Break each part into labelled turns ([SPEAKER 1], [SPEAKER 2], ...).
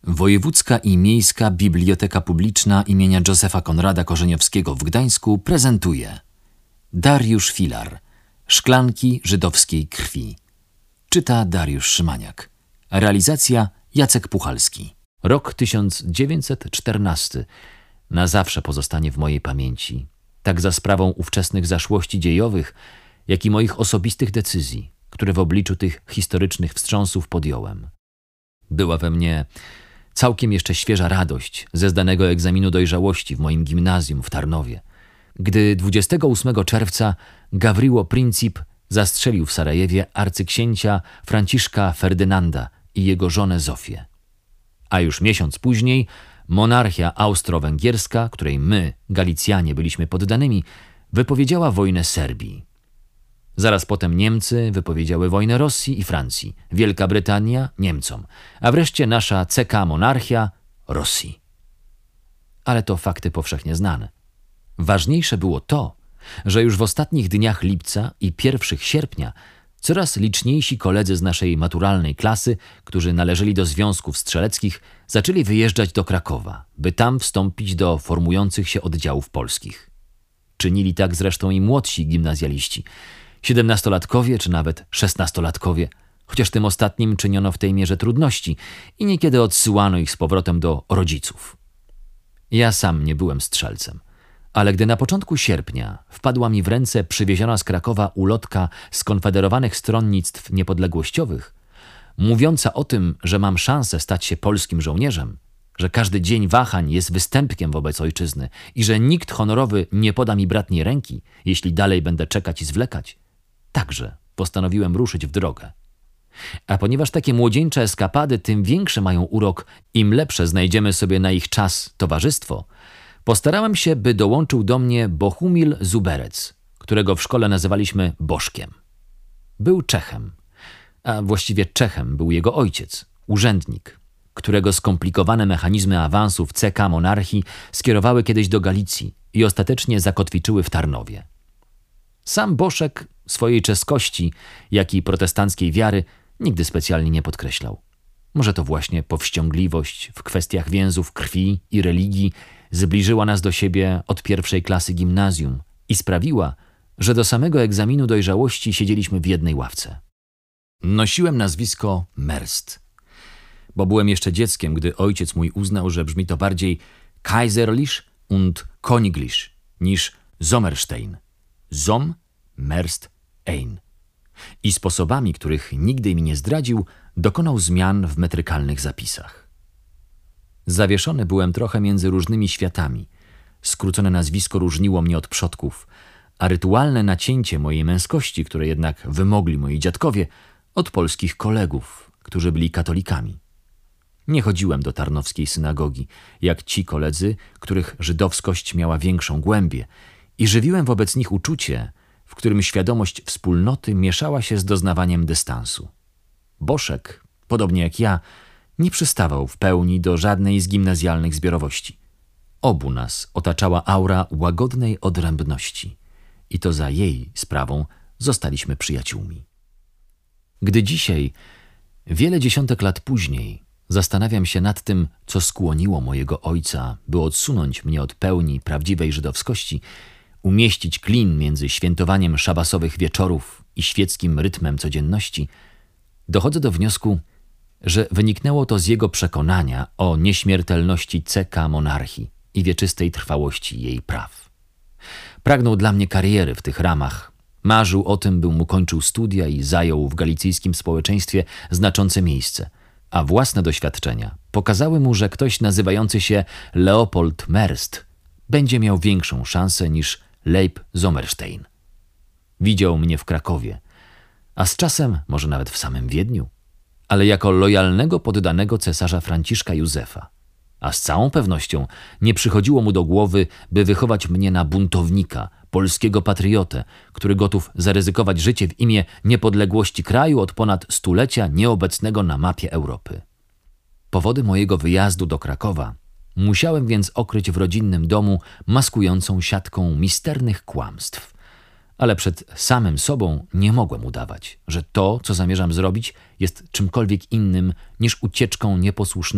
[SPEAKER 1] Wojewódzka i Miejska Biblioteka Publiczna imienia Józefa Konrada Korzeniowskiego w Gdańsku prezentuje Dariusz Filar. Szklanki żydowskiej krwi. Czyta Dariusz Szymaniak. Realizacja Jacek Puchalski. Rok 1914 na zawsze pozostanie w mojej pamięci, tak za sprawą ówczesnych zaszłości dziejowych, jak i moich osobistych decyzji, które w obliczu tych historycznych wstrząsów podjąłem. Była we mnie całkiem jeszcze świeża radość ze zdanego egzaminu dojrzałości w moim gimnazjum w Tarnowie, gdy 28 czerwca Gawriło Princip zastrzelił w Sarajewie arcyksięcia Franciszka Ferdynanda i jego żonę Zofię. A już miesiąc później monarchia austro-węgierska, której my, Galicjanie, byliśmy poddanymi, wypowiedziała wojnę Serbii. Zaraz potem Niemcy wypowiedziały wojnę Rosji i Francji, Wielka Brytania Niemcom, a wreszcie nasza CK monarchia Rosji. Ale to fakty powszechnie znane. Ważniejsze było to, że już w ostatnich dniach lipca i 1 sierpnia coraz liczniejsi koledzy z naszej maturalnej klasy, którzy należeli do związków strzeleckich, zaczęli wyjeżdżać do Krakowa, by tam wstąpić do formujących się oddziałów polskich. Czynili tak zresztą i młodsi gimnazjaliści, 17-latkowie czy nawet 16-latkowie, chociaż tym ostatnim czyniono w tej mierze trudności i niekiedy odsyłano ich z powrotem do rodziców. Ja sam nie byłem strzelcem, ale gdy na początku sierpnia wpadła mi w ręce przywieziona z Krakowa ulotka skonfederowanych stronnictw niepodległościowych, mówiąca o tym, że mam szansę stać się polskim żołnierzem, że każdy dzień wahań jest występkiem wobec ojczyzny i że nikt honorowy nie poda mi bratniej ręki, jeśli dalej będę czekać i zwlekać, także postanowiłem ruszyć w drogę. A ponieważ takie młodzieńcze eskapady tym większy mają urok, im lepsze znajdziemy sobie na ich czas towarzystwo, postarałem się, by dołączył do mnie Bohumil Zuberec, którego w szkole nazywaliśmy Bożkiem. Był Czechem, a właściwie Czechem był jego ojciec, urzędnik, którego skomplikowane mechanizmy awansu w CK monarchii skierowały kiedyś do Galicji i ostatecznie zakotwiczyły w Tarnowie. Sam Boszek swojej czeskości, jak i protestanckiej wiary nigdy specjalnie nie podkreślał. Może to właśnie powściągliwość w kwestiach więzów krwi i religii zbliżyła nas do siebie od 1. klasy gimnazjum i sprawiła, że do samego egzaminu dojrzałości siedzieliśmy w jednej ławce. Nosiłem nazwisko Merst, bo byłem jeszcze dzieckiem, gdy ojciec mój uznał, że brzmi to bardziej kaiserlich und königlich niż Sommerstein. Zom, Merst, Ein. I sposobami, których nigdy mi nie zdradził, dokonał zmian w metrykalnych zapisach. Zawieszony byłem trochę między różnymi światami. Skrócone nazwisko różniło mnie od przodków, a rytualne nacięcie mojej męskości, które jednak wymogli moi dziadkowie, od polskich kolegów, którzy byli katolikami. Nie chodziłem do tarnowskiej synagogi, jak ci koledzy, których żydowskość miała większą głębię, i żywiłem wobec nich uczucie, w którym świadomość wspólnoty mieszała się z doznawaniem dystansu. Boszek, podobnie jak ja, nie przystawał w pełni do żadnej z gimnazjalnych zbiorowości. Obu nas otaczała aura łagodnej odrębności i to za jej sprawą zostaliśmy przyjaciółmi. Gdy dzisiaj, wiele dziesiątek lat później, zastanawiam się nad tym, co skłoniło mojego ojca, by odsunąć mnie od pełni prawdziwej żydowskości, umieścić klin między świętowaniem szabasowych wieczorów i świeckim rytmem codzienności, dochodzę do wniosku, że wyniknęło to z jego przekonania o nieśmiertelności CK monarchii i wieczystej trwałości jej praw. Pragnął dla mnie kariery w tych ramach, marzył o tym, bym ukończył studia i zajął w galicyjskim społeczeństwie znaczące miejsce, a własne doświadczenia pokazały mu, że ktoś nazywający się Leopold Merst będzie miał większą szansę niż Leib Sommerstein. Widział mnie w Krakowie, a z czasem może nawet w samym Wiedniu, ale jako lojalnego poddanego cesarza Franciszka Józefa, a z całą pewnością nie przychodziło mu do głowy, by wychować mnie na buntownika, polskiego patriotę, który gotów zaryzykować życie w imię niepodległości kraju od ponad stulecia nieobecnego na mapie Europy. Powody mojego wyjazdu do Krakowa musiałem więc okryć w rodzinnym domu maskującą siatką misternych kłamstw, ale przed samym sobą nie mogłem udawać, że to, co zamierzam zrobić, jest czymkolwiek innym niż ucieczką nieposłusznego,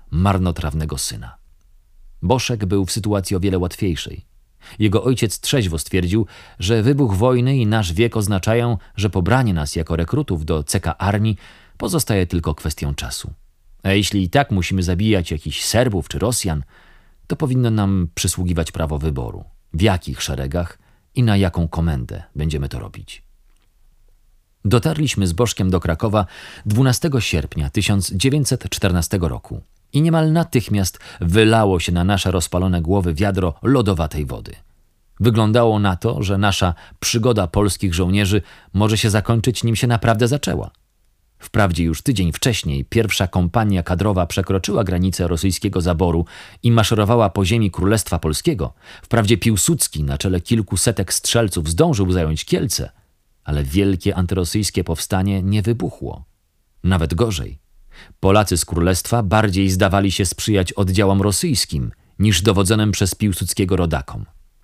[SPEAKER 1] marnotrawnego syna. Boszek był w sytuacji o wiele łatwiejszej. Jego ojciec trzeźwo stwierdził, że wybuch wojny i nasz wiek oznaczają, że pobranie nas jako rekrutów do CK Armii pozostaje tylko kwestią czasu. A jeśli i tak musimy zabijać jakichś Serbów czy Rosjan, to powinno nam przysługiwać prawo wyboru, w jakich szeregach i na jaką komendę będziemy to robić. Dotarliśmy z Boszkiem do Krakowa 12 sierpnia 1914 roku i niemal natychmiast wylało się na nasze rozpalone głowy wiadro lodowatej wody. Wyglądało na to, że nasza przygoda polskich żołnierzy może się zakończyć, nim się naprawdę zaczęła. Wprawdzie już tydzień wcześniej pierwsza kompania kadrowa przekroczyła granicę rosyjskiego zaboru i maszerowała po ziemi Królestwa Polskiego. Wprawdzie Piłsudski na czele kilkusetek strzelców zdążył zająć Kielce, ale wielkie antyrosyjskie powstanie nie wybuchło. Nawet gorzej. Polacy z Królestwa bardziej zdawali się sprzyjać oddziałom rosyjskim niż dowodzonym przez Piłsudskiego rodakom.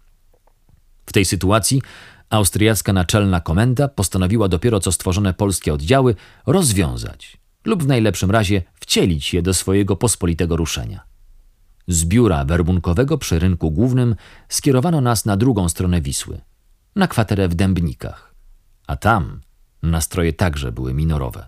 [SPEAKER 1] W tej sytuacji austriacka naczelna komenda postanowiła dopiero co stworzone polskie oddziały rozwiązać lub w najlepszym razie wcielić je do swojego pospolitego ruszenia. Z biura werbunkowego przy rynku głównym skierowano nas na drugą stronę Wisły, na kwaterę w Dębnikach, a tam nastroje także były minorowe.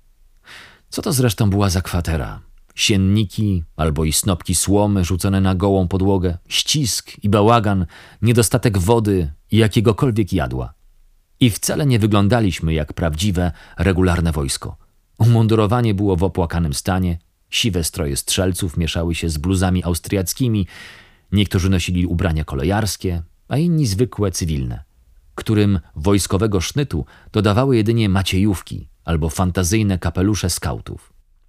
[SPEAKER 1] Co to zresztą była za kwatera? Sienniki albo i snopki słomy rzucone na gołą podłogę, ścisk i bałagan, niedostatek wody i jakiegokolwiek jadła. I wcale nie wyglądaliśmy jak prawdziwe, regularne wojsko. Umundurowanie było w opłakanym stanie, siwe stroje strzelców mieszały się z bluzami austriackimi, niektórzy nosili ubrania kolejarskie, a inni zwykłe cywilne, którym wojskowego sznytu dodawały jedynie maciejówki albo fantazyjne kapelusze skautów.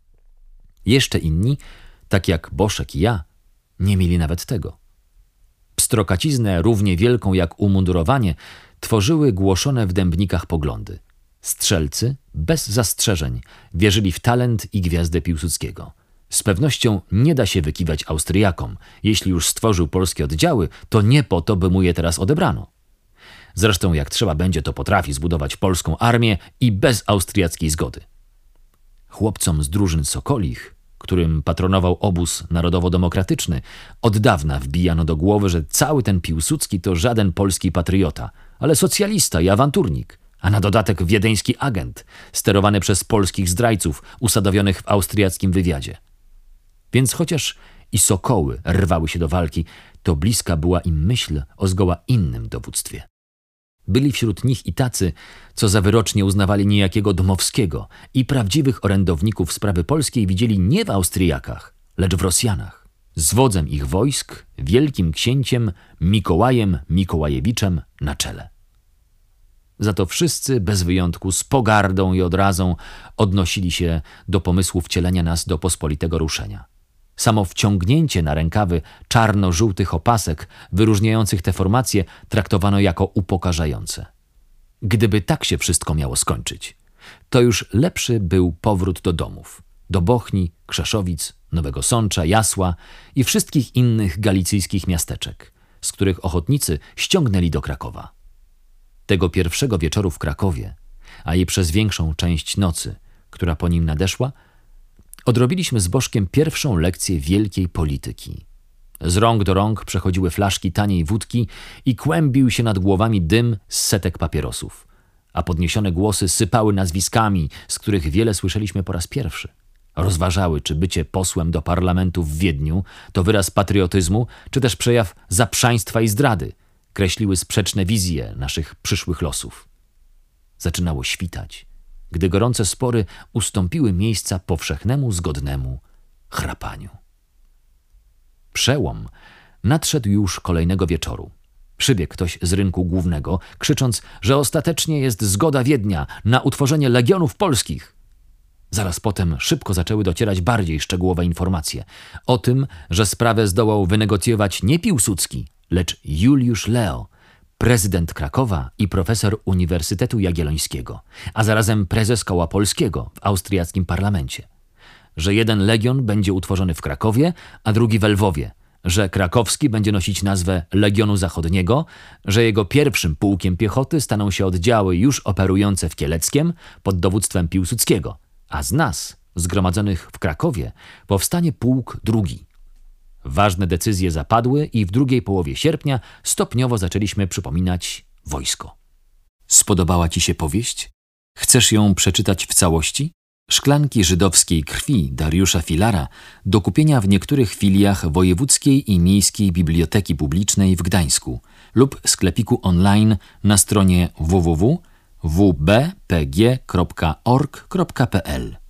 [SPEAKER 1] Jeszcze inni, tak jak Boszek i ja, nie mieli nawet tego. Pstrokaciznę równie wielką jak umundurowanie tworzyły głoszone w Dębnikach poglądy. Strzelcy, bez zastrzeżeń, wierzyli w talent i gwiazdę Piłsudskiego. Z pewnością nie da się wykiwać Austriakom. Jeśli już stworzył polskie oddziały, to nie po to, by mu je teraz odebrano. Zresztą jak trzeba będzie, to potrafi zbudować polską armię i bez austriackiej zgody. Chłopcom z drużyn Sokolich, którym patronował obóz narodowo-demokratyczny, od dawna wbijano do głowy, że cały ten Piłsudski to żaden polski patriota, ale socjalista i awanturnik, a na dodatek wiedeński agent, sterowany przez polskich zdrajców usadowionych w austriackim wywiadzie. Więc chociaż i sokoły rwały się do walki, to bliska była im myśl o zgoła innym dowództwie. Byli wśród nich i tacy, co za wyrocznie uznawali niejakiego Dmowskiego i prawdziwych orędowników sprawy polskiej widzieli nie w Austriakach, lecz w Rosjanach. Z wodzem ich wojsk, wielkim księciem Mikołajem Mikołajewiczem na czele. Za to wszyscy bez wyjątku z pogardą i odrazą odnosili się do pomysłu wcielenia nas do pospolitego ruszenia. Samo wciągnięcie na rękawy czarno-żółtych opasek wyróżniających te formacje traktowano jako upokarzające. Gdyby tak się wszystko miało skończyć, to już lepszy był powrót do domów, do Bochni, Krzeszowic, Nowego Sącza, Jasła i wszystkich innych galicyjskich miasteczek, z których ochotnicy ściągnęli do Krakowa. Tego pierwszego wieczoru w Krakowie, a i przez większą część nocy, która po nim nadeszła, odrobiliśmy z Boszkiem pierwszą lekcję wielkiej polityki. Z rąk do rąk przechodziły flaszki taniej wódki i kłębił się nad głowami dym z setek papierosów, a podniesione głosy sypały nazwiskami, z których wiele słyszeliśmy po raz pierwszy. Rozważały, czy bycie posłem do parlamentu w Wiedniu to wyraz patriotyzmu, czy też przejaw zaprzaństwa i zdrady. Kreśliły sprzeczne wizje naszych przyszłych losów. Zaczynało świtać, gdy gorące spory ustąpiły miejsca powszechnemu, zgodnemu chrapaniu. Przełom nadszedł już kolejnego wieczoru. Przybiegł ktoś z rynku głównego, krzycząc, że ostatecznie jest zgoda Wiednia na utworzenie Legionów Polskich. Zaraz potem szybko zaczęły docierać bardziej szczegółowe informacje o tym, że sprawę zdołał wynegocjować nie Piłsudski, lecz Juliusz Leo, prezydent Krakowa i profesor Uniwersytetu Jagiellońskiego, a zarazem prezes Koła Polskiego w austriackim parlamencie. Że jeden legion będzie utworzony w Krakowie, a drugi w Lwowie, że krakowski będzie nosić nazwę Legionu Zachodniego, że jego pierwszym pułkiem piechoty staną się oddziały już operujące w Kieleckiem pod dowództwem Piłsudskiego, a z nas zgromadzonych w Krakowie powstanie pułk drugi. Ważne decyzje zapadły i w drugiej połowie sierpnia stopniowo zaczęliśmy przypominać wojsko. Spodobała ci się powieść? Chcesz ją przeczytać w całości? Szklanki żydowskiej krwi Dariusza Filara do kupienia w niektórych filiach Wojewódzkiej i Miejskiej Biblioteki Publicznej w Gdańsku lub sklepiku online na stronie www.wbpg.org.pl.